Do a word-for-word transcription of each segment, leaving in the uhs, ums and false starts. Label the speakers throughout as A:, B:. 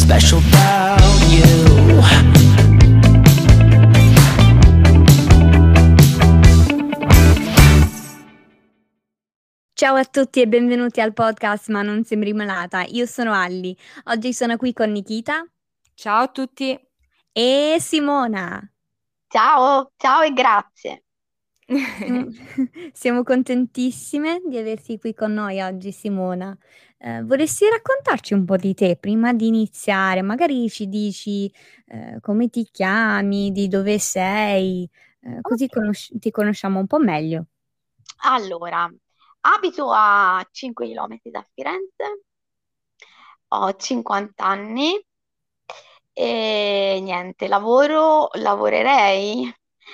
A: special about you.
B: Ciao a tutti e benvenuti al podcast Ma non sembri malata. Io sono Alli. Oggi sono qui con Nikita
C: Ciao a tutti.
B: e Simona.
D: Ciao, ciao e grazie.
B: Siamo, siamo contentissime di averti qui con noi oggi, Simona. Eh, vorresti raccontarci un po' di te prima di iniziare? Magari ci dici eh, come ti chiami, di dove sei, eh, così
D: Ok.
B: conosci- ti conosciamo un po' meglio.
D: Allora, abito a cinque chilometri da Firenze, ho cinquanta anni e niente, lavoro, lavorerei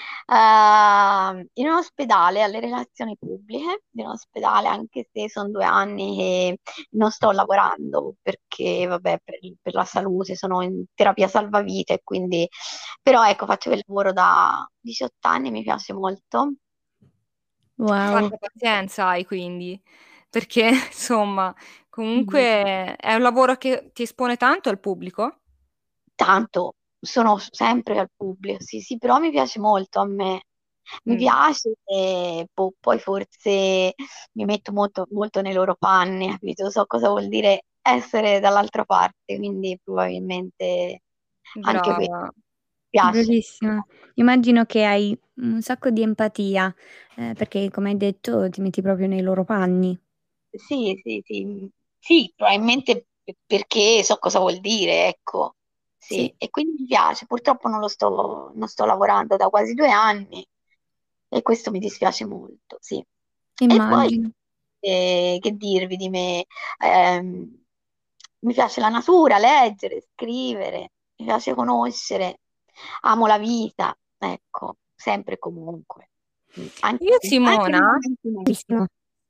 D: eh, in un ospedale alle relazioni pubbliche, in un ospedale anche se sono due anni che non sto lavorando perché, vabbè, per, per la salute sono in terapia salvavita e quindi, però ecco, faccio quel lavoro da diciotto anni, mi piace molto.
B: Wow.
C: Quanta pazienza hai quindi, perché insomma,
D: Mm.
C: comunque è un lavoro che ti espone tanto al pubblico?
D: Tanto, sono sempre al pubblico, sì, sì, però mi piace molto a me. Mi
C: Mm.
D: piace e po- poi forse mi metto molto, molto nei loro panni, capito? So cosa vuol dire essere dall'altra parte, quindi probabilmente anche questo
C: Brava.
D: mi piace.
B: Bravissima. Immagino che hai un sacco di empatia, eh, perché come hai detto ti metti proprio nei loro panni.
D: Sì, sì, sì, sì, probabilmente p- perché so cosa vuol dire, ecco,
B: Sì,
D: sì, e quindi mi piace. Purtroppo non lo sto, non sto lavorando da quasi due anni e questo mi dispiace molto, sì. E poi,
B: immagino.
D: eh, che dirvi di me? Ehm, mi piace la natura, leggere, scrivere, mi piace conoscere, amo la vita, ecco, sempre e comunque. Mm, Anche,
C: Io
D: anche nei
C: Simona,
D: momenti negativi.
B: Bravissima.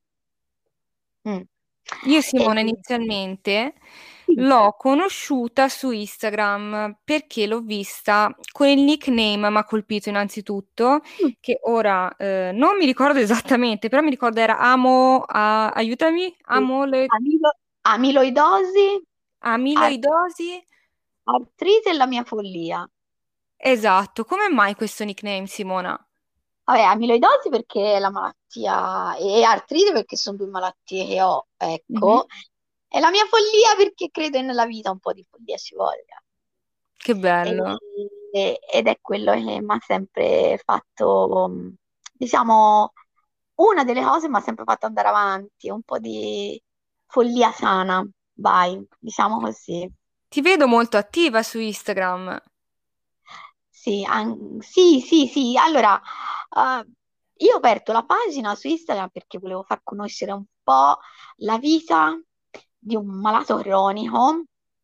D: Mm.
C: io
D: E-
C: Simona inizialmente
D: sì.
C: l'ho conosciuta su Instagram perché l'ho vista con il nickname, mi ha colpito innanzitutto,
D: Mm.
C: che ora eh, non mi ricordo esattamente, però mi ricordo era Amo, a- aiutami, Amo le
D: Amilo- amiloidosi, ar-
C: amiloidosi.
D: artrite e la mia follia.
C: Esatto, come mai questo nickname, Simona?
D: Vabbè, amiloidosi perché è la malattia e artrite perché sono due malattie che ho,
C: Mhm.
D: ecco. E la mia follia perché credo che nella vita un po' di follia ci voglia.
C: Che
D: E-
C: bello.
D: e- ed è quello che mi ha sempre fatto, mh, diciamo, una delle cose mi ha sempre fatto andare avanti, un po' di follia sana, vai, diciamo così.
C: Ti vedo molto attiva su Instagram.
D: Sì, an- sì, sì, sì. Allora, eh, io ho aperto la pagina su Instagram perché volevo far conoscere un po' la vita di un malato cronico,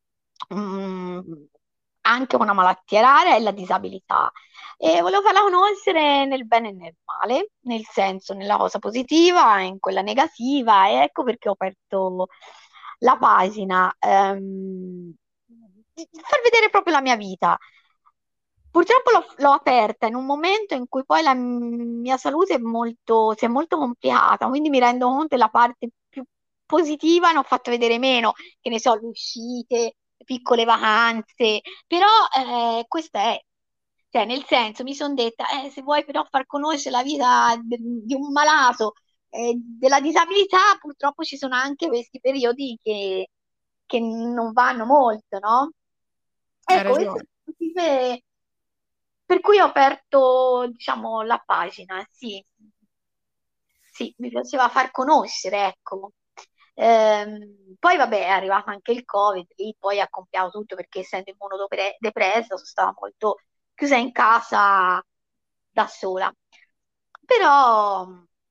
D: mm, anche una malattia rara e la disabilità. E volevo farla conoscere nel bene e nel male, nel senso, nella cosa positiva e in quella negativa. E ecco perché ho aperto la pagina, ehm, di di far vedere proprio la mia vita. Purtroppo l'ho l'ho aperta in un momento in cui poi la mia salute è molto, si è molto complicata, quindi mi rendo conto che la parte più positiva ne ho fatto vedere meno, che ne so, le uscite, le piccole vacanze, però eh, questa è, cioè nel senso mi sono detta, eh, se vuoi però far conoscere la vita de- di un malato eh, della disabilità, purtroppo ci sono anche questi periodi che, che non vanno molto, no?
C: Hai
D: Ecco, queste
C: ragione.
D: sono motive per cui ho aperto, diciamo, la pagina, sì, sì, mi piaceva far conoscere, ecco. Ehm, poi vabbè, è arrivato anche il Covid, lì poi ha compiato tutto perché essendo immunodepressa sono stata molto chiusa in casa da sola. Però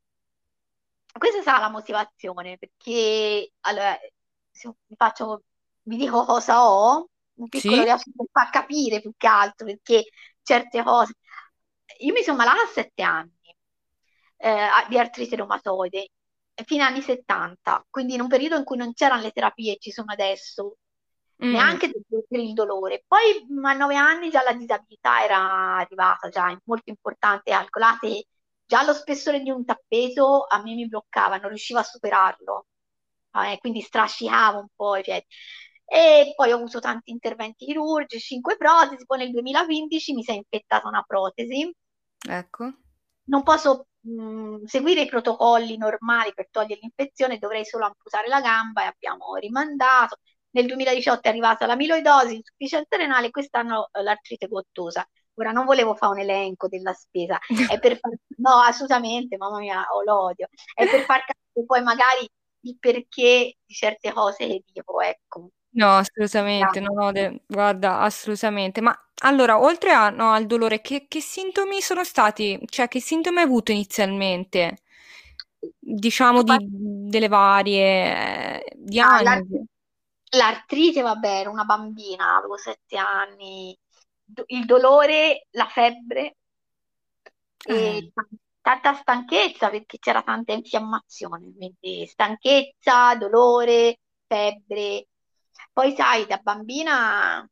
D: questa sarà la motivazione, perché allora, se vi faccio, vi dico cosa ho, un piccolo
C: Sì?
D: riassunto per far capire più che altro, perché certe cose. Io mi sono malata a sette anni eh, di artrite reumatoide, fino agli anni settanta, quindi in un periodo in cui non c'erano le terapie che ci sono adesso,
C: Mm-mm.
D: neanche per per il dolore. Poi mh, a nove anni già la disabilità era arrivata, già molto importante, calcolate, già lo spessore di un tappeto a me mi bloccava, non riuscivo a superarlo. Eh, quindi strascicavo un po' i piedi. E poi ho avuto tanti interventi chirurgici, cinque protesi, poi nel duemilaquindici mi si è infettata una protesi.
C: Ecco.
D: Non posso mh, seguire i protocolli normali per togliere l'infezione, dovrei solo amputare la gamba e abbiamo rimandato. Nel duemiladiciotto è arrivata l'amiloidosi, insufficienza renale, quest'anno eh, l'artrite gottosa. Ora non volevo fare un elenco della spesa, è per far... no, assolutamente, mamma mia, ho l'odio. È per far capire poi magari il perché di certe cose che dico, ecco.
C: No, assolutamente, no, no, de- guarda, assolutamente. Ma allora, oltre a, no, al dolore, che, che sintomi sono stati, cioè che sintomi hai avuto inizialmente? Diciamo di, delle varie eh,
D: Ah, l'ar-
C: diagnosi.
D: L'artrite, vabbè, ero una bambina, avevo sette anni. Do- il dolore, la febbre
C: Eh,
D: e t- tanta stanchezza perché c'era tanta infiammazione, quindi stanchezza, dolore, febbre. Poi sai, da bambina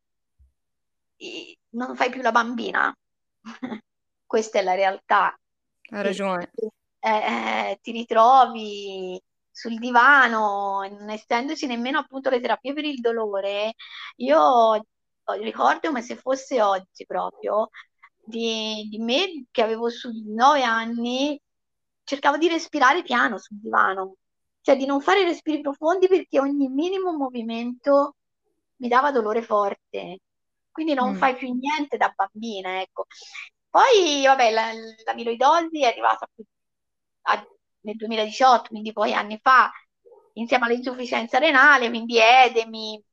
D: eh, non fai più la bambina. Questa è la realtà.
C: hai
D: E-
C: ragione.
D: eh, eh, ti ritrovi sul divano, non essendoci nemmeno appunto le terapie per il dolore. Io ricordo come se fosse oggi proprio di, di me che avevo su nove anni, cercavo di respirare piano sul divano, cioè di non fare respiri profondi perché ogni minimo movimento mi dava dolore forte. Quindi non
C: Mm.
D: fai più niente da bambina, ecco. Poi, vabbè, la, l'amiloidosi è arrivata più- a- nel duemiladiciotto, quindi poi anni fa, insieme all'insufficienza renale, quindi edemi,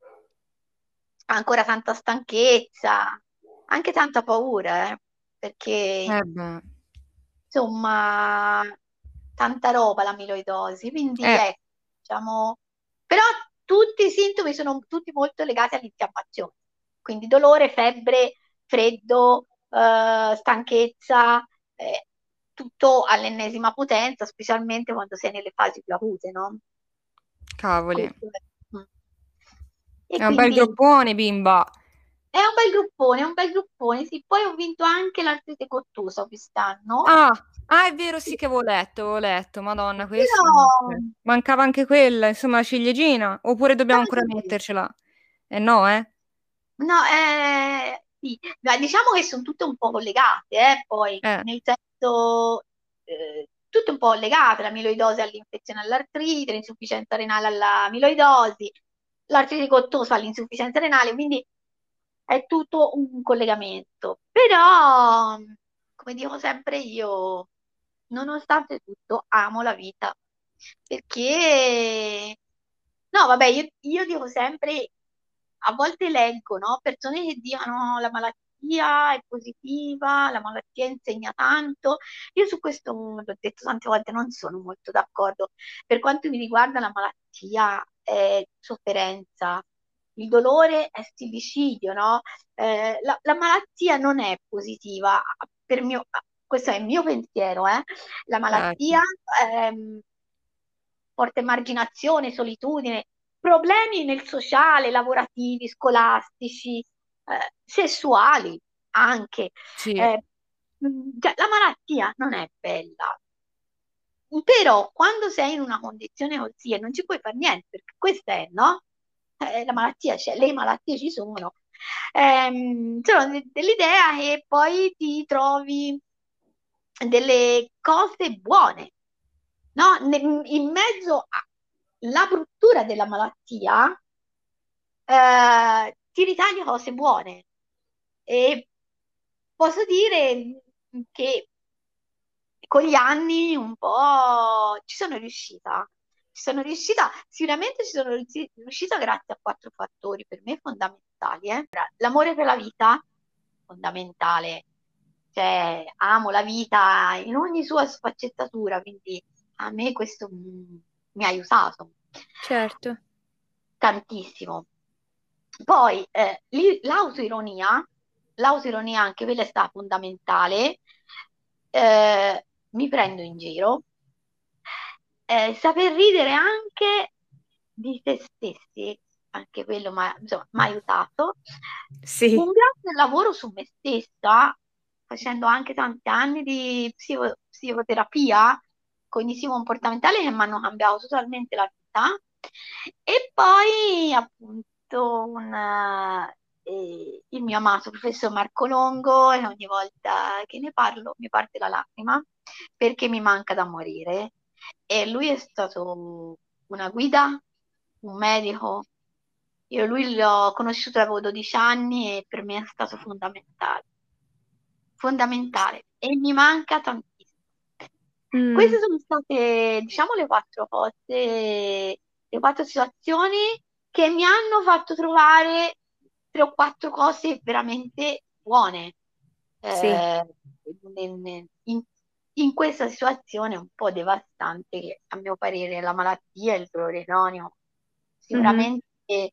D: ancora tanta stanchezza, anche tanta paura, eh, perché
C: Eh beh.
D: insomma, tanta roba l'amiloidosi, quindi
C: Eh,
D: ecco, diciamo, però tutti i sintomi sono tutti molto legati all'infiammazione, quindi dolore, febbre, freddo, eh, stanchezza, eh, tutto all'ennesima potenza, specialmente quando sei nelle fasi più acute, no?
C: cavoli.
D: Questo è. Mm. E
C: È un bel
D: quindi
C: groppone, bimba.
D: è un bel gruppone, è un bel gruppone, sì, poi ho vinto anche l'artrite cottosa quest'anno.
C: Ah, ah, è vero, sì che avevo letto, avevo letto. Madonna, questo.
D: Però
C: Cioè, mancava anche quella, insomma, la ciliegina. Oppure dobbiamo ancora
D: eh,
C: mettercela? Eh no, eh?
D: no, eh, sì, ma diciamo che sono tutte un po' collegate, eh, poi,
C: Eh,
D: nel senso, eh, tutte un po' legate, l'amiloidosi all'infezione all'artrite, l'insufficienza renale all'amiloidosi, l'artrite gottosa all'insufficienza renale, quindi è tutto un collegamento. Però, come dico sempre io, nonostante tutto, amo la vita, perché, no, vabbè, io, io dico sempre, a volte leggo, no? Persone che dicono la malattia è positiva, la malattia insegna tanto. Io su questo, l'ho detto tante volte, non sono molto d'accordo. Per quanto mi riguarda, la malattia è sofferenza, il dolore è stillicidio, no? Eh, la, la malattia non è positiva, per mio, questo è il mio pensiero, eh? La
C: certo.
D: malattia ehm, porta emarginazione, solitudine, problemi nel sociale, lavorativi, scolastici, eh, sessuali anche.
C: Sì,
D: Eh, mh, cioè, la malattia non è bella, però quando sei in una condizione così e non ci puoi fare niente, perché questa è, no? Eh, la malattia c'è, le malattie ci sono. Ehm, sono de- dell'idea che poi ti trovi delle cose buone, no? Ne- in mezzo alla bruttura della malattia, eh, ti ritaglia cose buone. E posso dire che con gli anni un po' ci sono riuscita. Ci sono riuscita, sicuramente ci sono riusci- riuscita grazie a quattro fattori per me fondamentali. eh. L'amore per la vita, fondamentale. Cioè, amo la vita in ogni sua sfaccettatura, quindi a me questo mi, mi ha aiutato
B: Certo.
D: tantissimo. Poi eh, lì- l'autoironia, l'autoironia anche quella è stata fondamentale. Eh, mi prendo in giro. Eh, saper ridere anche di se stessi, anche quello mi ha insomma, m'ha aiutato.
B: Sì.
D: Un grande lavoro su me stessa, facendo anche tanti anni di psico- psicoterapia cognitivo-comportamentale che mi hanno cambiato totalmente la vita. E poi appunto avuto un, eh, il mio amato professor Marco Longo e ogni volta che ne parlo mi parte la lacrima perché mi manca da morire. E lui è stato una guida, un medico. Io lui l'ho conosciuto, avevo dodici anni e per me è stato fondamentale, fondamentale e mi manca tantissimo.
B: Mm,
D: Queste sono state, diciamo, le quattro cose, le quattro situazioni che mi hanno fatto trovare tre o quattro cose veramente buone.
B: sì.
D: Eh, in, in- in questa situazione un po' devastante, che a mio parere è la malattia e il dolore cronico.
B: Mhm.
D: Sicuramente eh,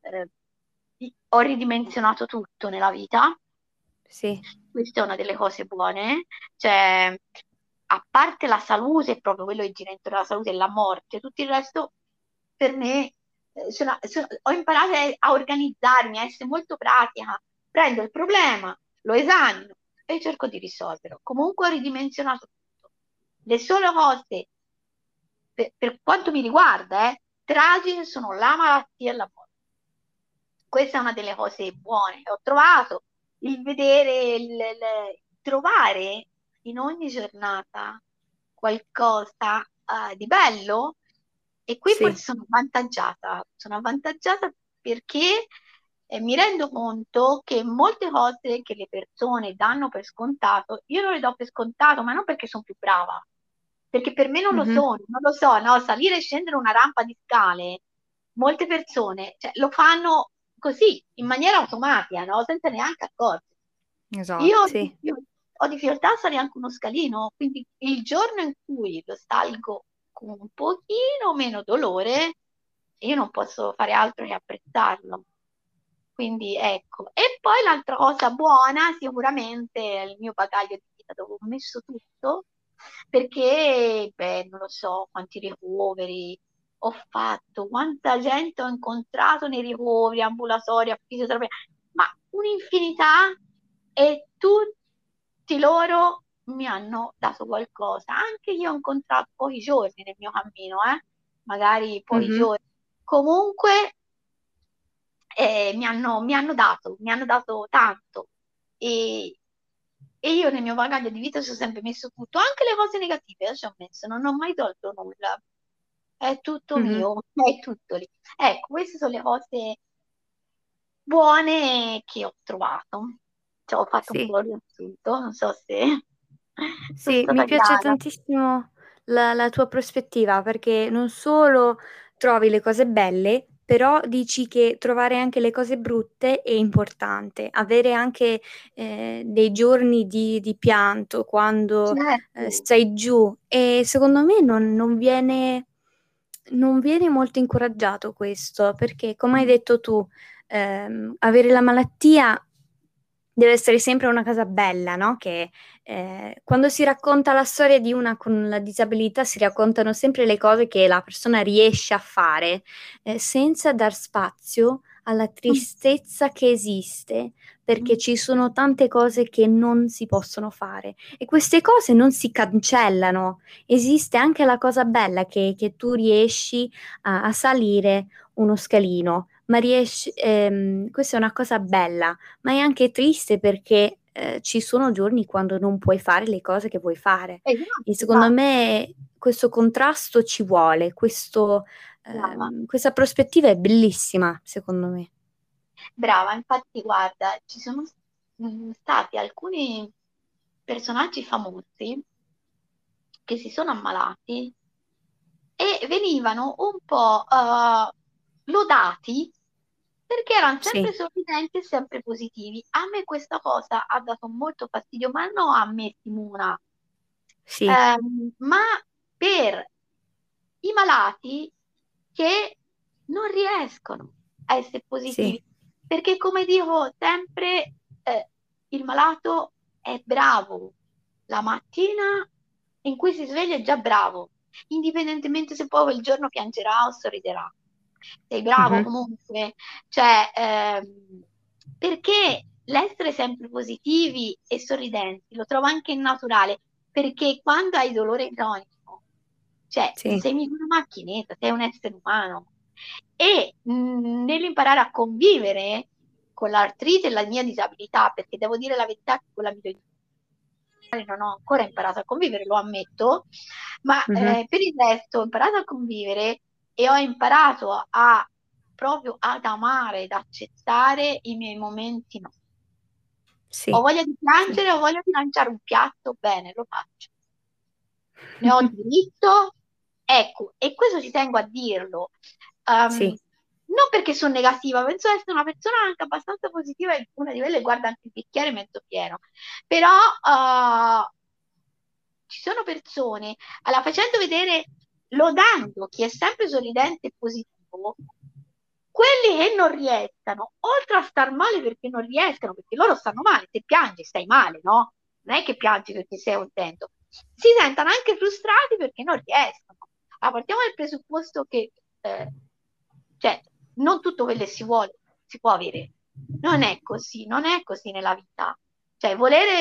D: ho ridimensionato tutto nella vita.
B: Sì.
D: Questa è una delle cose buone, cioè a parte la salute, proprio quello che gira intorno alla salute e la morte, tutto il resto per me eh, sono- sono- ho imparato a, a organizzarmi, a essere molto pratica. Prendo il problema, lo esamino e cerco di risolverlo. Comunque ho ridimensionato tutto. Le sole cose, per, per quanto mi riguarda, eh, tragiche sono la malattia e la morte. Questa è una delle cose buone che ho trovato, il vedere, il, il- trovare in ogni giornata qualcosa eh, di bello. E qui forse
B: Sì.
D: sono avvantaggiata, sono avvantaggiata perché eh, mi rendo conto che molte cose che le persone danno per scontato, io non le do per scontato, ma non perché sono più brava, perché per me non lo
B: Mhm.
D: sono, non lo so, no? Salire e scendere una rampa di scale, molte persone, cioè, lo fanno così, in maniera automatica, no? Senza neanche accorgersi. Io ho
C: Esatto.
B: Sì.
D: diffi- ho difficoltà a salire anche uno scalino, quindi il giorno in cui lo salgo con un pochino meno dolore, io non posso fare altro che apprezzarlo. Quindi ecco. E poi l'altra cosa buona, sicuramente, è il mio bagaglio di vita dove ho messo tutto, perché, beh, non lo so quanti ricoveri ho fatto, quanta gente ho incontrato nei ricoveri, ambulatori, a fisioterapia, ma un'infinità e tutti loro mi hanno dato qualcosa. Anche io ho incontrato pochi giorni nel mio cammino, eh? Magari pochi
B: Mhm.
D: giorni. Comunque eh, mi hanno, mi hanno dato, mi hanno dato tanto. E, e io nel mio bagaglio di vita ci ho sempre messo tutto, anche le cose negative, eh, ci ho messo, non ho mai tolto nulla. È tutto
B: Mhm.
D: mio, è tutto lì. Ecco, queste sono le cose buone che ho trovato. Cioè, ho fatto un
B: Sì.
D: po' il riassunto, non so se sono
B: Sì, mi
D: stata
B: piace
D: chiara.
B: tantissimo la, la tua prospettiva perché non solo trovi le cose belle, però dici che trovare anche le cose brutte è importante, avere anche eh, dei giorni di, di pianto quando eh,
D: Certo.
B: stai giù e secondo me non, non viene, non viene molto incoraggiato questo perché come hai detto tu, ehm, avere la malattia deve essere sempre una cosa bella, no? Che eh, quando si racconta la storia di una con la disabilità si raccontano sempre le cose che la persona riesce a fare, eh, senza dar spazio alla
D: Mm,
B: tristezza che esiste, perché
D: mm,
B: ci sono tante cose che non si possono fare e queste cose non si cancellano. Esiste anche la cosa bella che, che tu riesci a, a salire uno scalino, ma riesci, ehm, questa è una cosa bella ma è anche triste perché eh, ci sono giorni quando non puoi fare le cose che vuoi fare.
D: esatto,
B: E secondo
D: esatto,
B: me questo contrasto ci vuole, questo,
D: brava.
B: ehm, questa prospettiva è bellissima, secondo me.
D: Brava, infatti, guarda, ci sono mm, stati alcuni personaggi famosi che si sono ammalati e venivano un po' eh, lodati perché erano sempre
B: Sì,
D: sorridenti e sempre positivi. A me questa cosa ha dato molto fastidio, ma non a me, Simona,
B: sì,
D: ehm, ma per i malati che non riescono a essere
B: sì,
D: positivi. Perché come dico sempre, eh, il malato è bravo. La mattina in cui si sveglia è già bravo, indipendentemente se poi quel giorno piangerà o sorriderà. Sei bravo
B: mhm,
D: comunque. Cioè, ehm, perché l'essere sempre positivi e sorridenti lo trovo anche naturale, perché quando hai dolore cronico, cioè non
B: sì,
D: sei mica una macchinetta, sei un essere umano e mh, nell'imparare a convivere con l'artrite e la mia disabilità, perché devo dire la verità che con la mia non ho ancora imparato a convivere, lo ammetto, ma
B: Mhm.
D: eh, per il resto ho imparato a convivere e ho imparato a proprio ad amare, ad accettare i miei momenti no.
B: Sì,
D: Ho voglia di
B: sì,
D: piangere, ho voglia di lanciare un piatto, bene, lo faccio. Ne ho diritto, ecco, e questo ci tengo a dirlo. Um,
B: sì,
D: non perché sono negativa, penso di essere una persona anche abbastanza positiva e una di quelle che guarda anche il bicchiere mezzo pieno, però uh, ci sono persone, allora facendo vedere, lodando chi è sempre sorridente e positivo, quelli che non riescano, oltre a star male perché non riescano, perché loro stanno male, se piangi stai male, no? Non è che piangi perché sei contento, si sentono anche frustrati perché non riescono. Allora, partiamo dal presupposto che eh, cioè, non tutto quello che si vuole si può avere. Non è così, non è così nella vita. Cioè, volere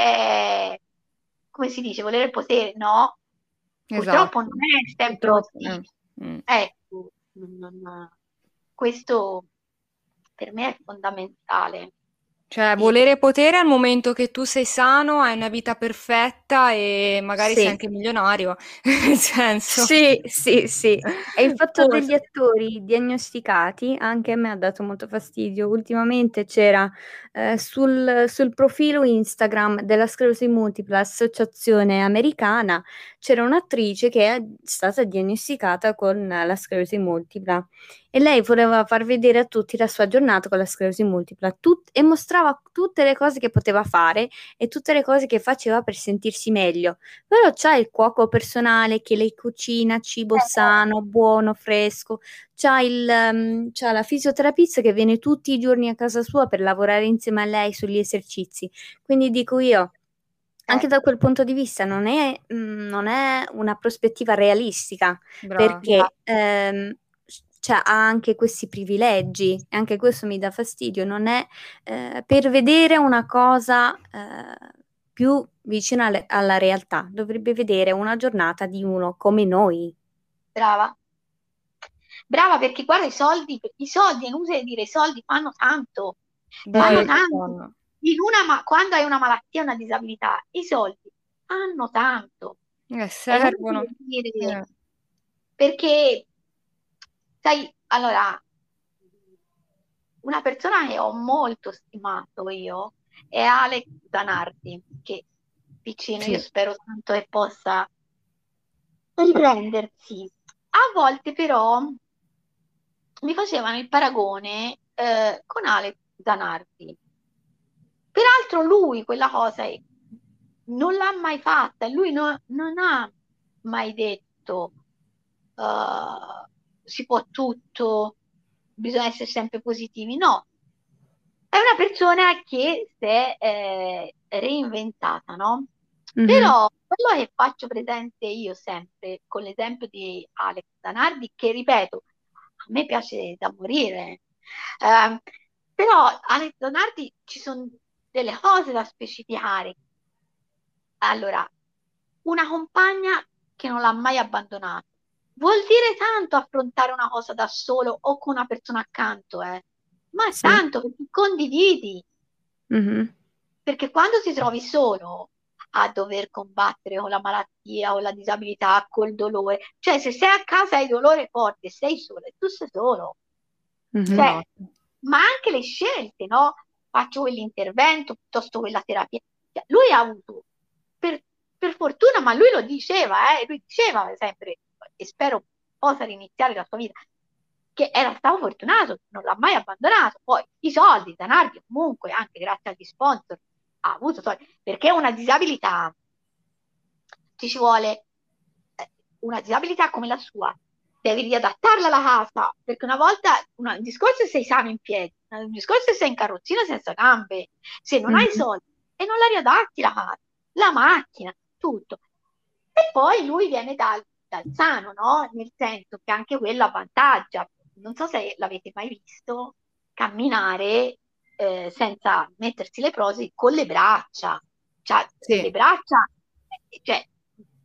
D: è, come si dice, volere il potere, no? Purtroppo
C: Esatto.
D: non è sempre
C: Purtroppo.
D: così.
C: eh, mm.
D: Ecco, non- non- questo per me è fondamentale.
C: Cioè,
D: E
C: volere potere al momento che tu sei sano, hai una vita perfetta e magari sei
B: sì.
C: anche milionario, nel senso.
B: Sì, sì, sì. E il fatto
C: Cosa?
B: degli attori diagnosticati anche a me ha dato molto fastidio. Ultimamente c'era eh, sul, sul profilo Instagram della sclerosi multipla, associazione americana, c'era un'attrice che è stata diagnosticata con la sclerosi multipla e lei voleva far vedere a tutti la sua giornata con la sclerosi multipla tut- e mostrava tutte le cose che poteva fare e tutte le cose che faceva per sentirsi meglio. Però c'ha il cuoco personale che le cucina cibo sano, buono, fresco. C'ha, il, ehm, c'ha la fisioterapista che viene tutti i giorni a casa sua per lavorare insieme a lei sugli esercizi. Quindi dico io, anche
D: eh,
B: da quel punto di vista non è, mm, non è una prospettiva realistica
C: Brava.
B: perché ehm, cioè, ha anche questi privilegi e anche questo mi dà fastidio. Non è eh, per vedere una cosa eh, più vicina alle- alla realtà, dovrebbe vedere una giornata di uno come noi.
D: brava. Brava perché guarda i soldi, i soldi, è inutile dire, i soldi fanno tanto, fanno
C: Sì,
B: Sì.
D: tanto.
C: fanno.
D: In una ma- quando hai una malattia, una disabilità, i soldi fanno tanto.
C: Eh,
D: È
C: servono.
D: inutile dire,
C: Eh,
D: perché, sai, allora, una persona che ho molto stimato io è Alex Zanardi, che piccino, io
C: sì.
D: spero tanto che possa riprendersi. A volte però mi facevano il paragone eh, con Alex Zanardi. Peraltro lui quella cosa è- non l'ha mai fatta, lui no- non ha mai detto eh, si può tutto, bisogna essere sempre positivi, no. È una persona che si è eh, reinventata, no?
B: Mhm.
D: Però quello che faccio presente io sempre con l'esempio di Alex Zanardi, che ripeto, a me piace da morire, eh, però Alex Zanardi ci sono delle cose da specificare. Allora, una compagna che non l'ha mai abbandonato. Vuol dire tanto affrontare una cosa da solo o con una persona accanto, eh. Ma è
B: Sì.
D: tanto perché condividi,
B: Mhm.
D: perché quando ti trovi solo a dover combattere con la malattia, con la disabilità, col dolore, cioè se sei a casa e hai dolore forte, sei solo e tu sei solo.
B: Mhm.
D: Cioè,
C: Esatto.
D: ma anche le scelte, no? Faccio quell'intervento piuttosto quella terapia. Cioè, lui ha avuto, per, per fortuna, ma lui lo diceva, eh, lui diceva sempre, e spero possa riniziare la sua vita, che era stato fortunato, non l'ha mai abbandonato. Poi i soldi, Zanardi comunque, anche grazie agli sponsor, ha avuto soldi, perché è una disabilità, ci ci vuole eh, una disabilità come la sua, devi riadattarla alla casa, perché una volta, una- un discorso è se sei sano in piedi, un discorso è se sei in carrozzina senza gambe, se non hai
B: Mhm.
D: soldi e non la riadatti la casa, la macchina, tutto. E poi lui viene dal, dal sano, no? Nel senso che anche quello avvantaggia. Non so se l'avete mai visto camminare eh, senza mettersi le prosi con le braccia, cioè le
C: Sì.
D: braccia, cioè,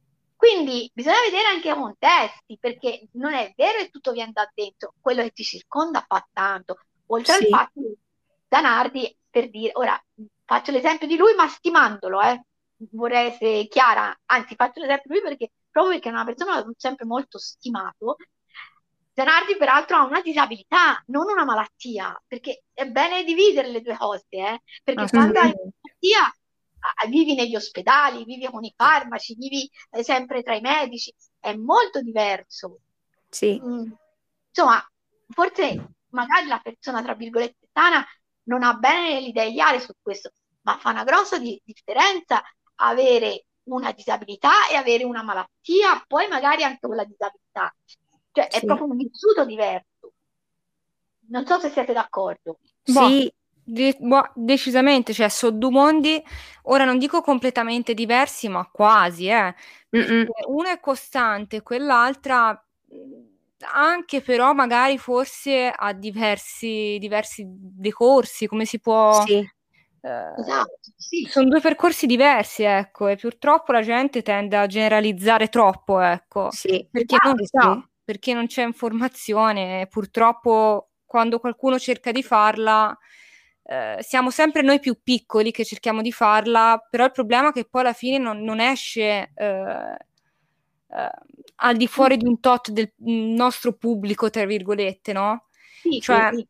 D: Quindi bisogna vedere anche i contesti, perché non è vero che tutto viene da dentro, quello che ti circonda fa tanto. Oltre al
B: Sì,
D: fatto che Zanardi, per dire, ora faccio l'esempio di lui, ma stimandolo, eh. Vorrei essere chiara, anzi faccio l'esempio di lui perché proprio perché è una persona che ho sempre molto stimato. Zanardi peraltro ha una disabilità, non una malattia, perché è bene dividere le due cose, eh, perché quando hai una
C: Assolutamente.
D: malattia ah, vivi negli ospedali, vivi con i farmaci, vivi eh, sempre tra i medici, è molto diverso.
B: sì,
D: Mm, Insomma, forse magari la persona, tra virgolette, sana non ha bene l'idea ideale su questo, ma fa una grossa di- differenza avere una disabilità e avere una malattia, poi magari anche con la disabilità. Cioè, è
B: sì,
D: proprio un vissuto diverso. Non so se siete d'accordo.
C: Boh,
B: sì,
C: de- boh, decisamente, cioè, sono due mondi, ora non dico completamente diversi, ma quasi, eh, perché
B: mm-mm,
C: uno è costante, quell'altra mh, anche però magari forse ha diversi, diversi decorsi, come si può...
B: sì,
C: eh,
D: Esatto, sì.
C: sono due percorsi diversi, ecco, e purtroppo la gente tende a generalizzare troppo, ecco,
B: sì,
C: perché non
B: sì,
C: sa,
B: sì,
C: perché non c'è informazione, e purtroppo quando qualcuno cerca di farla, eh, siamo sempre noi più piccoli che cerchiamo di farla, però il problema è che poi alla fine non, non esce eh, eh, al di fuori di un tot del nostro pubblico, tra virgolette, no?
D: Sì,
C: Cioè,
D: sì.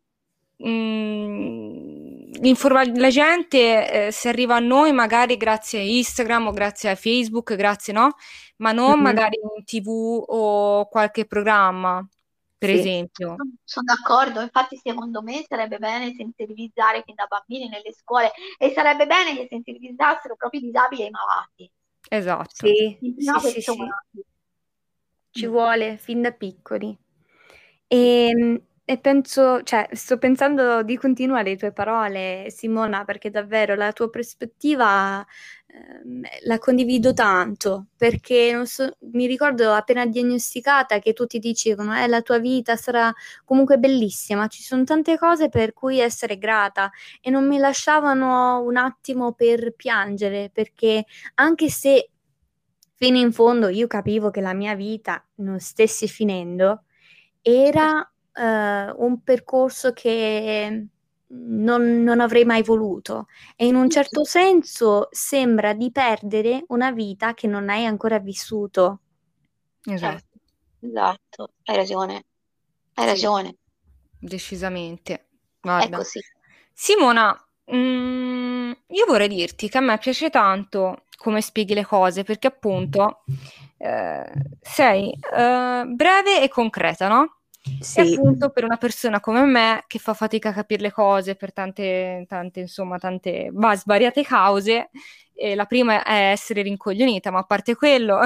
C: mh, l'informa- la gente eh, si arriva a noi magari grazie a Instagram o grazie a Facebook, grazie, no? Ma non
B: mhm,
C: magari in T V o qualche programma, per
B: sì,
C: esempio.
D: Sono d'accordo, infatti secondo me sarebbe bene sensibilizzare fin da bambini nelle scuole e sarebbe bene che sensibilizzassero proprio i disabili e i malati,
C: Esatto.
B: sì,
D: in
B: sì,
D: prima
B: sì, sì.
D: persona.
B: Ci
D: Mm.
B: vuole fin da piccoli.
D: Sì.
B: E, e penso, cioè, sto pensando di continuare le tue parole, Simona, perché davvero la tua prospettiva ehm, la condivido tanto, perché non so, mi ricordo appena diagnosticata che tutti dicevano, eh, la tua vita sarà comunque bellissima, ci sono tante cose per cui essere grata e non mi lasciavano un attimo per piangere, perché anche se fino in fondo io capivo che la mia vita non stesse finendo, era eh, un percorso che non, non avrei mai voluto e in un certo senso sembra di perdere una vita che non hai ancora vissuto.
C: Esatto.
D: Certo, esatto, hai ragione, hai
B: Sì.
D: ragione,
C: Decisamente.
D: è
C: Guarda.
D: così.
C: Simona, mm, io vorrei dirti che a me piace tanto come spieghi le cose, perché appunto eh, sei eh, breve e concreta, no? E
B: Sì,
C: appunto per una persona come me che fa fatica a capire le cose per tante, tante, insomma, tante va, svariate cause, e la prima è essere rincoglionita, ma a parte quello,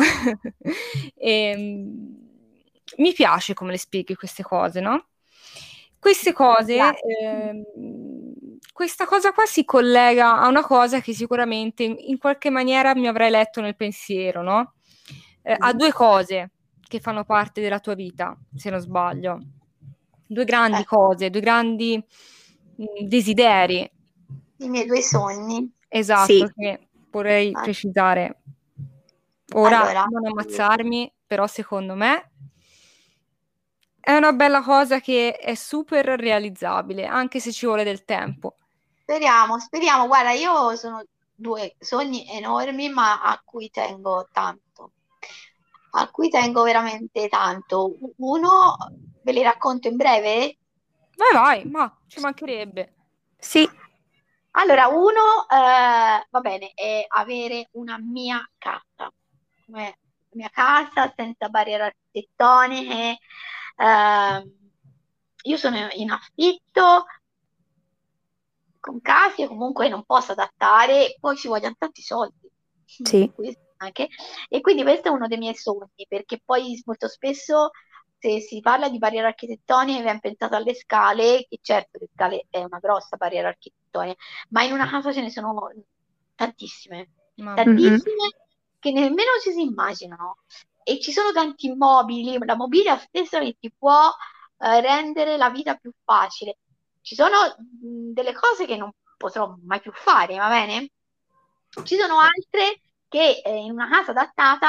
C: ehm, mi piace come le spieghi queste cose, no? Queste cose,
D: Grazie.
C: ehm, questa cosa qua si collega a una cosa che sicuramente in, in qualche maniera mi avrei letto nel pensiero, no? Eh, a due cose che fanno parte della tua vita, se non sbaglio. Due grandi
D: Ecco,
C: cose, due grandi mh, desideri.
D: i miei due sogni.
C: Esatto,
B: sì,
C: che vorrei
D: Ah,
C: precisare. Ora
D: allora,
C: non ammazzarmi, però secondo me è una bella cosa che è super realizzabile, anche se ci vuole del tempo.
D: speriamo, speriamo. Guarda, io sono due sogni enormi, ma a cui tengo tanto, a cui tengo veramente tanto. Uno ve li racconto in breve.
C: Vai, vai, ma ci mancherebbe.
B: sì,
D: Allora, uno, eh, va bene, è avere una mia casa, come mia casa senza barriere architettoniche. Ehm, io sono in affitto con casi e comunque non posso adattare, poi ci vogliono tanti soldi.
B: sì,
D: Questo anche. E quindi questo è uno dei miei sogni, perché poi molto spesso se si parla di barriere architettoniche viene pensato alle scale, che certo le scale è una grossa barriera architettonica, ma in una casa ce ne sono tantissime,
C: Mamma mia.
B: mhm,
D: tantissime che nemmeno ci si immaginano. E ci sono tanti immobili, la mobilia stessa che ti può eh, rendere la vita più facile. Ci sono mh, delle cose che non potrò mai più fare, va bene? Ci sono altre che eh, in una casa adattata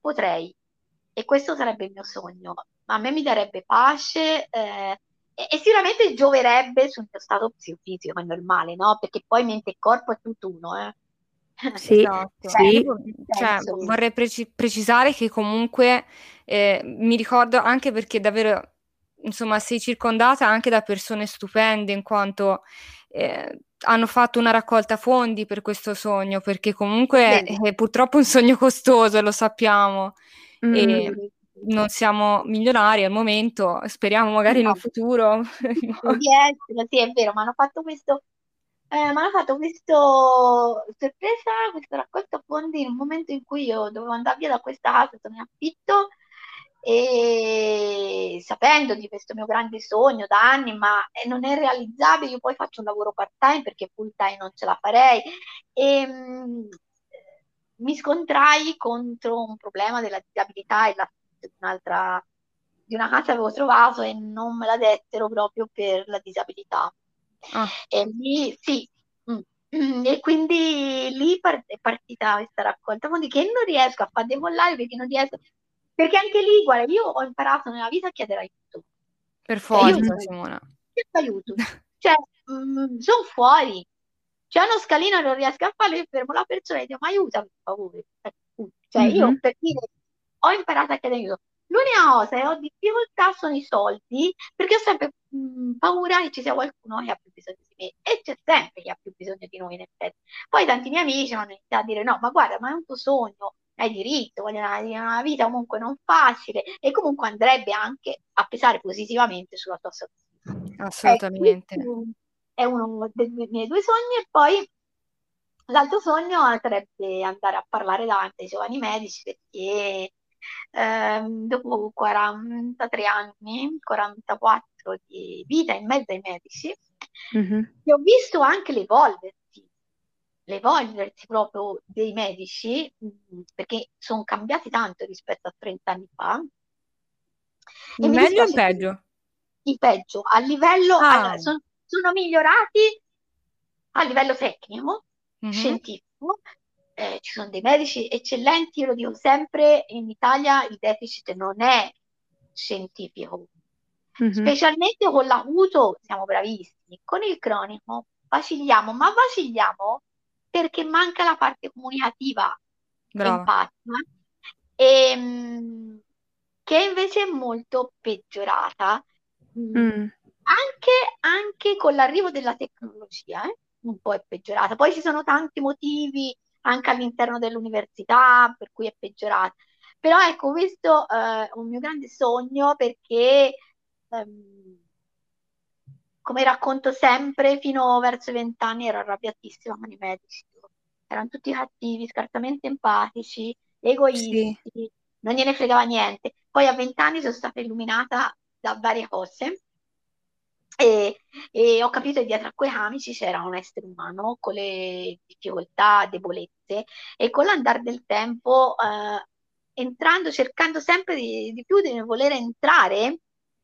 D: potrei, e questo sarebbe il mio sogno, ma a me mi darebbe pace eh, e, e sicuramente gioverebbe sul mio stato psicofisico, è normale, no? Perché poi mente e corpo è tutt'uno, eh.
B: Sì,
C: Esatto.
D: Cioè,
B: sì.
C: Io,
D: nel
C: cioè,
D: senso,
C: vorrei preci- precisare che comunque eh, mi ricordo anche perché davvero, insomma, sei circondata anche da persone stupende in quanto eh, hanno fatto una raccolta fondi per questo sogno, perché comunque
D: vedi,
C: è purtroppo un sogno costoso, lo sappiamo,
B: Mm,
C: e
D: sì, sì,
C: non siamo milionari al momento, speriamo magari in un
D: no,
C: futuro.
D: spero di essere, sì, è vero, ma hanno fatto questo, eh, ma hanno fatto questo sorpresa, questo raccolto fondi in un momento in cui io dovevo andare via da questa casa, sono in affitto, e sapendo di questo mio grande sogno da anni, ma eh, non è realizzabile, io poi faccio un lavoro part-time perché full-time non ce la farei, e mh, mi scontrai contro un problema della disabilità e la di un'altra di una casa che avevo trovato e non me la dettero proprio per la disabilità.
C: Ah,
D: E lì, sì, mm, mm, e quindi lì par- è partita questa raccolta fondi che non riesco a far decollare perché non riesco, perché anche lì, guarda, io ho imparato nella vita a chiedere aiuto.
C: per
D: Cioè, io
B: mhm,
C: forza,
D: chiedo
C: Simona.
D: aiuto. Cioè, sono fuori. C'è uno scalino e non riesco a farlo, io fermo la persona e dico, ma aiutami, per favore. Cioè, io
B: mhm,
D: per dire, ho imparato a chiedere aiuto. L'unica cosa che ho difficoltà sono i soldi, perché ho sempre mh, paura che ci sia qualcuno che ha più bisogno di me. E c'è sempre chi ha più bisogno di noi, in effetti. Poi tanti miei amici mi hanno iniziato a dire, no, ma guarda, ma è un tuo sogno, hai diritto, voglio una, una vita comunque non facile, e comunque andrebbe anche a pesare positivamente sulla tua salute. Ecco,
C: Assolutamente.
D: questo è uno dei miei due sogni, e poi l'altro sogno sarebbe andare a parlare davanti ai giovani medici perché ehm, dopo quarantatré anni, quarantaquattro di vita in mezzo ai medici,
B: mhm.
D: e ho visto anche l'evolversi, l'evolversi proprio dei medici, mh, perché sono cambiati tanto rispetto a trenta anni fa, e
C: In
D: mi
C: meglio o in
D: dispiace dire
C: peggio?
D: di peggio, a livello,
C: Ah,
D: allora, sono, sono migliorati a livello tecnico,
C: mhm,
D: scientifico, eh, ci sono dei medici eccellenti, io lo dico sempre, in Italia il deficit non è scientifico,
B: Mhm.
D: specialmente con l'acuto siamo bravissimi, con il cronico vacilliamo, ma vacilliamo perché manca la parte comunicativa,
C: brava.
D: empatica, e, mh, che invece è molto peggiorata, mh,
B: Mm.
D: anche, anche con l'arrivo della tecnologia, eh, un po' è peggiorata. Poi ci sono tanti motivi anche all'interno dell'università per cui è peggiorata. Però ecco, questo eh, è un mio grande sogno perché, ehm, come racconto sempre, fino verso i vent'anni ero arrabbiatissima con i medici. Erano tutti cattivi, scarsamente empatici,
B: Sì.
D: egoisti, non gliene fregava niente. Poi a vent'anni sono stata illuminata da varie cose e, e ho capito che dietro a quei camici c'era un essere umano con le difficoltà, debolezze, e con l'andare del tempo, eh, entrando, cercando sempre di, di più di voler entrare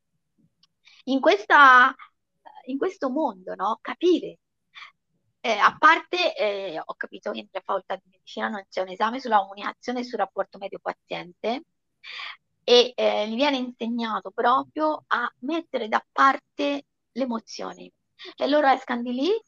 D: in questa, in questo mondo, no? Capire. Eh, a parte, eh, ho capito che nella facoltà di medicina non c'è un esame sulla comunicazione e sul rapporto medio-paziente, e eh, gli viene insegnato proprio a mettere da parte le emozioni. E loro escano di lì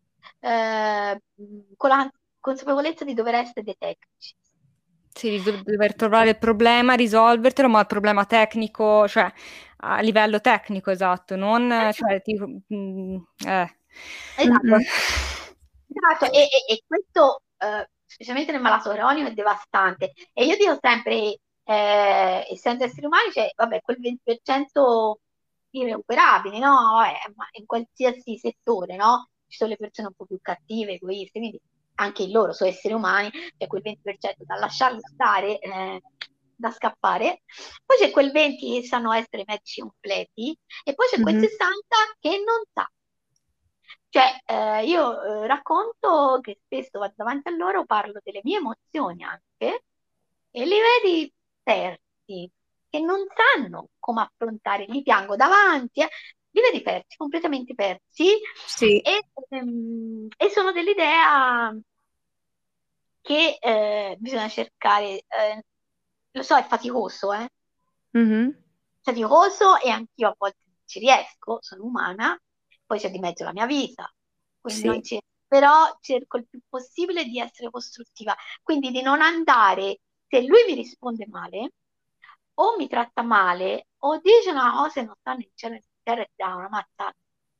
D: eh, con la consapevolezza di dover essere dei tecnici.
C: Sì, di do- dover trovare il problema, risolvertelo, ma il problema tecnico, cioè a livello tecnico, esatto, non, eh, cioè, tipo, mm, eh.
D: Esatto.
B: Mm-mm.
D: Esatto, e, e- e questo, eh, specialmente nel malato cronico, è devastante. E io dico sempre, eh, essendo esseri umani, c'è, vabbè, quel venti per cento irrecuperabili, no? Vabbè, ma in qualsiasi settore, no? Ci sono le persone un po' più cattive, egoiste, quindi anche in loro sono esseri umani, c'è quel venti per cento da lasciare stare, eh, da scappare. Poi c'è quel venti che sanno essere medici completi, e poi c'è quel
B: Mhm.
D: sessanta che non sa. Cioè, eh, io eh, racconto che spesso vado davanti a loro, parlo delle mie emozioni anche, e li vedi persi, che non sanno come affrontare, li piango davanti, eh, li vedi persi, completamente persi,
B: Sì.
D: e, ehm, e sono dell'idea che eh, bisogna cercare, eh, lo so, è faticoso, eh?
B: Mhm.
D: Faticoso e anch'io a volte non ci riesco, sono umana, poi c'è di mezzo la mia vita, quindi non
B: Sì,
D: ci... però cerco il più possibile di essere costruttiva, quindi di non andare, se lui mi risponde male, o mi tratta male, o dice una cosa e non sta nel cielo e nella terra e ti dà una mazzata.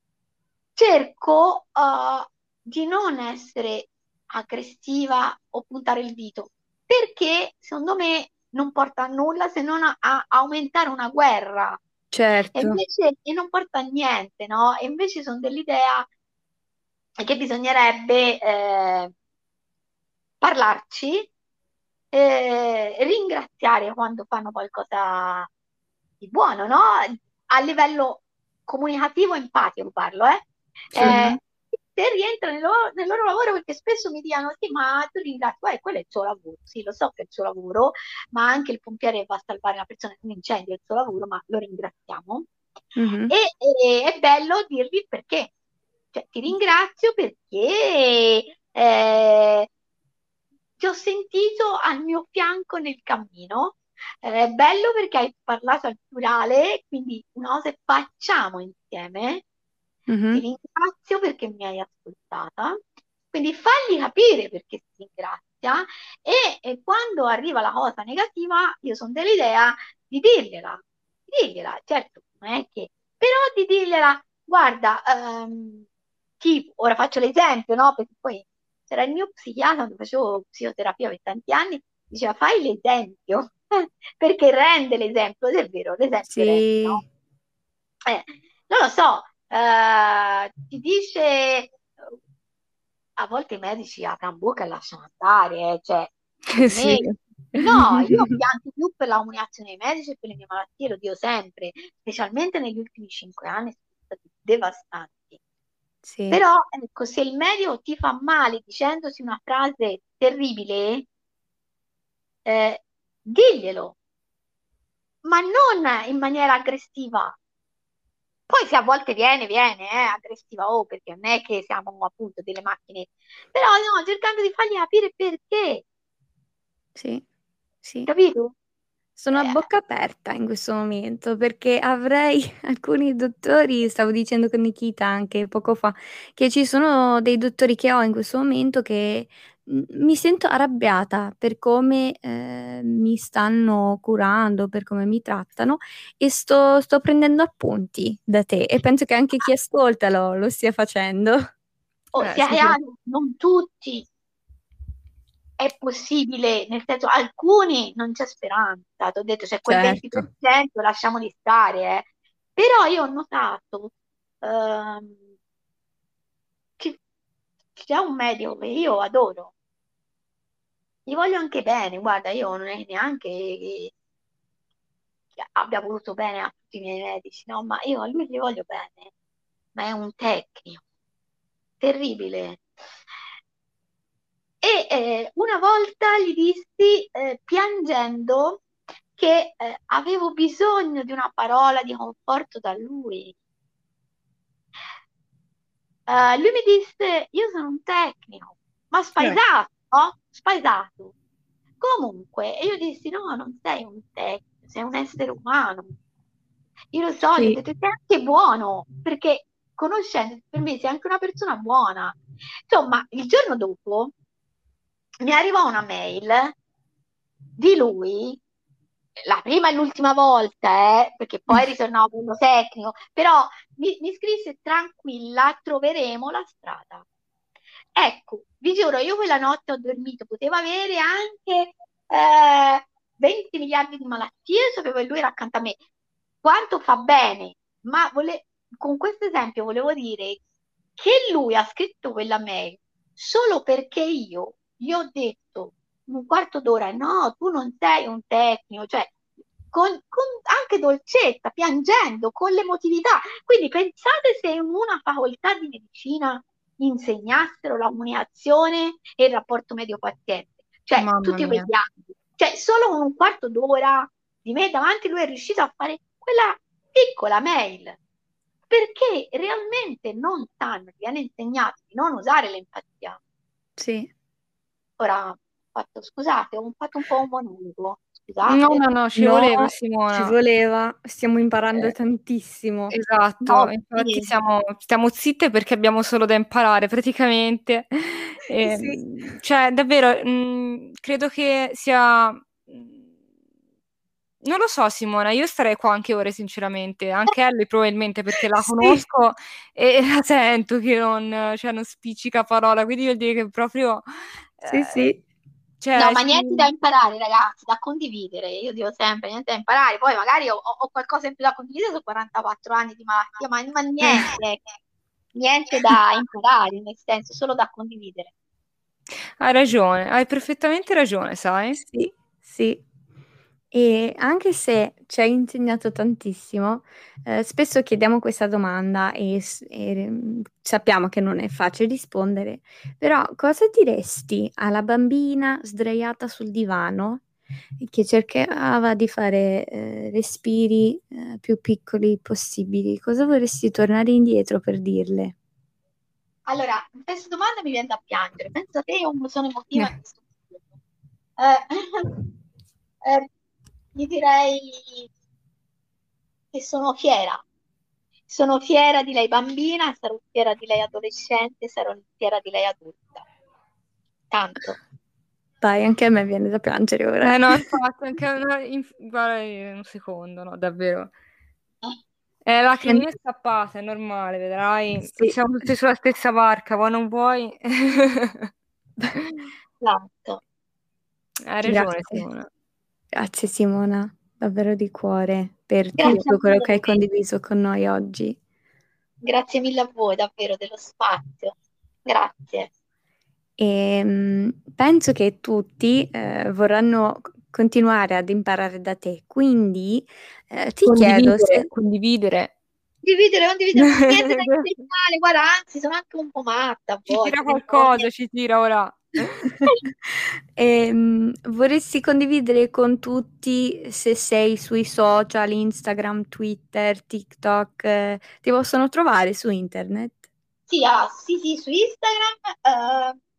D: Cerco uh, di non essere aggressiva o puntare il dito, perché secondo me non porta a nulla se non a, a aumentare una guerra. E
B: certo.
D: invece e non porta a niente, no? E invece sono dell'idea che bisognerebbe eh, parlarci, eh, ringraziare quando fanno qualcosa di buono, no? A livello comunicativo empatico parlo, eh?
B: Sì.
D: Eh, se rientra nel loro, nel loro lavoro, perché spesso mi dicono, sì, ma tu ringrazi, eh, quello è il suo lavoro, sì, lo so che è il suo lavoro, ma anche il pompiere va a salvare una persona in un incendio, è il suo lavoro, ma lo ringraziamo.
B: Mhm.
D: E, e- è bello dirvi perché. Cioè, ti ringrazio perché eh, ti ho sentito al mio fianco nel cammino. Eh, È bello perché hai parlato al plurale, quindi una cosa che facciamo insieme. Ti
B: Mhm.
D: ringrazio perché mi hai ascoltata. Quindi fagli capire perché ti ringrazia e, e quando arriva la cosa negativa, io sono dell'idea di dirgliela, di dirgliela, certo, non è che, però di dirgliela, guarda, ehm, tipo, ora faccio l'esempio, no? Perché poi c'era il mio psichiatra, quando facevo psicoterapia per tanti anni, diceva fai l'esempio, perché rende l'esempio, ed è vero, l'esempio rende, no?
B: Sì.
D: Eh, non lo so, eh, ti dice, a volte i medici aprono bocca e lasciano andare, eh, cioè, per me,
B: Sì.
D: no, io pianto più per la comunicazione dei medici e per le mie malattie, lo dico sempre, specialmente negli ultimi cinque anni sono stati devastanti.
B: Sì.
D: Però, ecco, se il medico ti fa male dicendosi una frase terribile, eh, diglielo, ma non in maniera aggressiva. Poi se a volte viene, viene, eh, aggressiva, oh, perché non è che siamo appunto delle macchine, però no, cercando di fargli capire perché,
B: Sì. Sì.
D: capito?
B: Sono a
D: Eh,
B: bocca aperta in questo momento perché avrei alcuni dottori, stavo dicendo con Nikita anche poco fa, che ci sono dei dottori che ho in questo momento che mm, mi sento arrabbiata per come eh, mi stanno curando, per come mi trattano e sto, sto prendendo appunti da te e penso che anche chi ascolta lo, lo stia facendo.
D: oh,
C: Eh,
D: sia
C: sicuro.
D: chiaro, non tutti è possibile, nel senso alcuni non c'è speranza, ti ho detto c'è quel venti per
B: Certo.
D: cento, lasciamoli stare, eh. Però io ho notato ehm, che c'è un medico che io adoro, gli voglio anche bene, guarda, io non è neanche che, che abbia voluto bene a tutti i miei medici, no, ma io a lui gli voglio bene, ma è un tecnico, terribile. E eh, una volta gli dissi, eh, piangendo, che eh, avevo bisogno di una parola di conforto da lui. Eh, lui mi disse, io sono un tecnico, ma
B: Eh.
D: spaesato, no? Spaesato. Comunque, e io dissi, no, non sei un tecnico, sei un essere umano. Io lo so, gli ho
B: Sì.
D: detto, sei anche buono, perché conoscendo per me sei anche una persona buona. Insomma, il giorno dopo mi arrivò una mail di lui, la prima e l'ultima volta, eh, perché poi ritornavo quello tecnico, però mi, mi scrisse tranquilla, troveremo la strada. Ecco, vi giuro, io quella notte ho dormito, potevo avere anche eh, venti miliardi di malattie, sapevo che lui era accanto a me. Quanto fa bene, ma vole- con questo esempio volevo dire che lui ha scritto quella mail solo perché io gli ho detto un quarto d'ora, no, tu non sei un tecnico, cioè con, con anche dolcezza, piangendo, con l'emotività. Quindi pensate se in una facoltà di medicina insegnassero la comunicazione e il rapporto medio-paziente, cioè
C: Mamma
D: tutti quei
C: mia.
D: piani, cioè solo con un quarto d'ora di me davanti lui è riuscito a fare quella piccola mail, perché realmente non sanno, gli hanno insegnato di non usare l'empatia.
B: Sì.
D: Ora, ho fatto, scusate, ho fatto un po' un monologo.
C: No,
D: Scusate.
C: no, no, ci
B: No,
C: voleva
B: ci
C: Simona.
B: voleva, stiamo imparando
C: Eh,
B: tantissimo.
C: esatto,
D: No,
C: infatti
D: sì.
C: siamo, stiamo zitte perché abbiamo solo da imparare praticamente. E,
B: Sì,
C: mh, cioè, davvero, mh, credo che sia... mh, Non lo so, Simona, io starei qua anche ore, sinceramente. Anche Ellie probabilmente perché la
B: sì,
C: conosco e la sento che non, cioè, non spiccica parola, quindi vuol dire che proprio...
B: sì,
C: eh,
B: sì.
D: No,
C: cioè,
D: ma niente da
C: ci-
D: imparare, ragazzi, da condividere. Io dico sempre, niente da imparare. Poi magari ho, ho qualcosa in più da condividere su quarantaquattro anni di malattia, ma, ma niente, niente da imparare, nel senso, solo da condividere.
C: hai ragione, hai perfettamente ragione, sai?
B: Sì, sì. E anche se ci hai insegnato tantissimo, eh, spesso chiediamo questa domanda e, s- e, mm, sappiamo che non è facile rispondere, però cosa diresti alla bambina sdraiata sul divano che cercava di fare eh, respiri eh, più piccoli possibili? Cosa vorresti tornare indietro per dirle?
D: Allora, in questa domanda mi viene da piangere. Penso a te, io sono emotiva e mi sto chiedendo. Eh, eh, gli direi che sono fiera. Sono fiera di lei bambina, sarò fiera di lei adolescente, sarò fiera di lei adulta. Tanto.
B: Dai, anche a me viene da piangere ora.
C: Eh no, infatti, anche una- in- guarda, eh, un secondo, no, davvero. Eh, la
B: Eh,
C: lacrimina è scappata, è normale, vedrai.
B: sì.
C: Siamo tutti sulla stessa barca, vuoi non vuoi?
D: Tanto.
C: Hai ragione,
B: Grazie,
C: Simona.
B: grazie Simona, davvero di cuore per
D: Grazie a
B: tutto quello che hai
D: voi.
B: condiviso con noi oggi.
D: Grazie mille a voi, davvero, dello spazio. Grazie.
B: E mm, penso che tutti eh, vorranno c- continuare ad imparare da te, quindi eh, ti chiedo
C: Condividere,
B: se
C: condividere.
D: Dividere, non dividere, ma niente da insegnare, guarda, anzi, sono anche un po' matta a
C: Ci tira
D: volte, delle
C: qualcosa,
D: volte.
C: ci tira ora.
B: Ehm, vorresti condividere con tutti se sei sui social, Instagram, Twitter, TikTok, eh, ti possono trovare su internet?
D: Sì, ah, sì, sì, su Instagram, eh,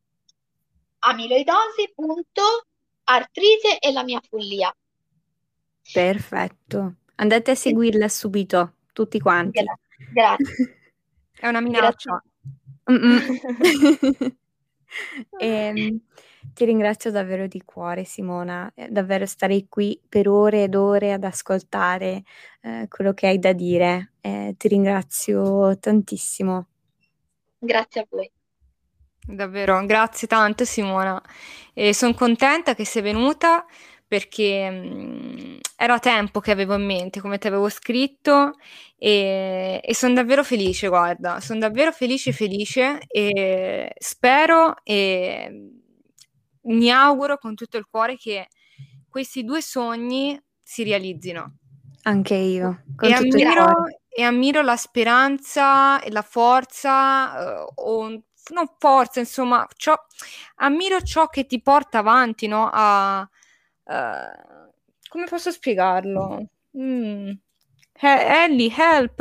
D: amiloidosi.artrite e la mia follia.
B: Perfetto. Andate a
D: Sì,
B: seguirla subito, tutti quanti.
D: gra- grazie,
C: È una
D: grazie.
C: minaccia.
B: Mm-mm. Ehm, ti ringrazio davvero di cuore, Simona. Eh, Davvero starei qui per ore ed ore ad ascoltare eh, quello che hai da dire. Eh, ti ringrazio tantissimo.
D: Grazie a voi.
C: Davvero, grazie tante Simona. E sono contenta che sei venuta perché mh, era tempo che avevo in mente, come ti avevo scritto, e, e sono davvero felice, guarda, sono davvero felice, felice e spero e mi auguro con tutto il cuore che questi due sogni si realizzino.
B: Anche io,
C: E
B: con tutto il
D: Grazie.
B: cuore.
C: ammiro, e ammiro la speranza e la forza, eh, o non forza, insomma, ciò- ammiro ciò che ti porta avanti, no? A, eh, come posso spiegarlo? Mm. He- Ellie, help!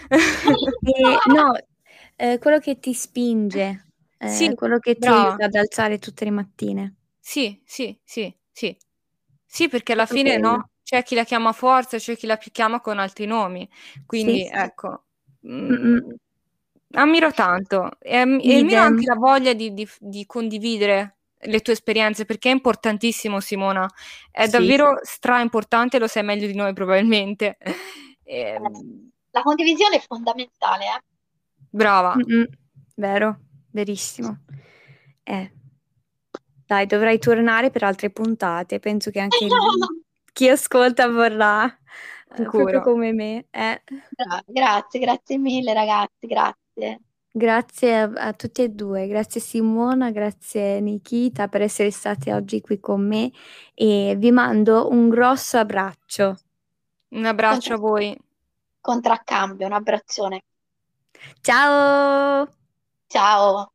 B: E, no, eh, quello che ti spinge,
C: Sì,
B: eh, quello che ti
C: brava.
B: aiuta ad alzare tutte le mattine.
C: Sì, sì, sì, sì. Sì, perché alla
B: Solo
C: fine
B: quello.
C: no, c'è chi la chiama forza, c'è chi la chiama con altri nomi.
B: Sì,
C: Quindi ecco, mm,
B: mm-mm.
C: ammiro tanto e, am- e ammiro
B: Idem.
C: anche la voglia di, di- di condividere le tue esperienze, perché è importantissimo, Simona. È
B: Sì,
C: davvero stra importante, lo sai meglio di noi probabilmente. Ehm,
D: La condivisione è fondamentale, eh?
C: brava.
B: mm-mm. Vero, verissimo. Eh, dai, dovrai tornare per altre puntate. Penso che anche il- chi ascolta vorrà, eh, proprio
C: Sicuro.
B: come me. Eh.
D: Gra- Grazie, grazie mille ragazzi, grazie.
B: Grazie a, a tutti e due, grazie Simona, grazie Nikita per essere stati oggi qui con me e vi mando un grosso abbraccio.
C: Un abbraccio
D: Contra-
C: a voi.
D: Contraccambio, un abbraccione.
B: Ciao!
D: Ciao.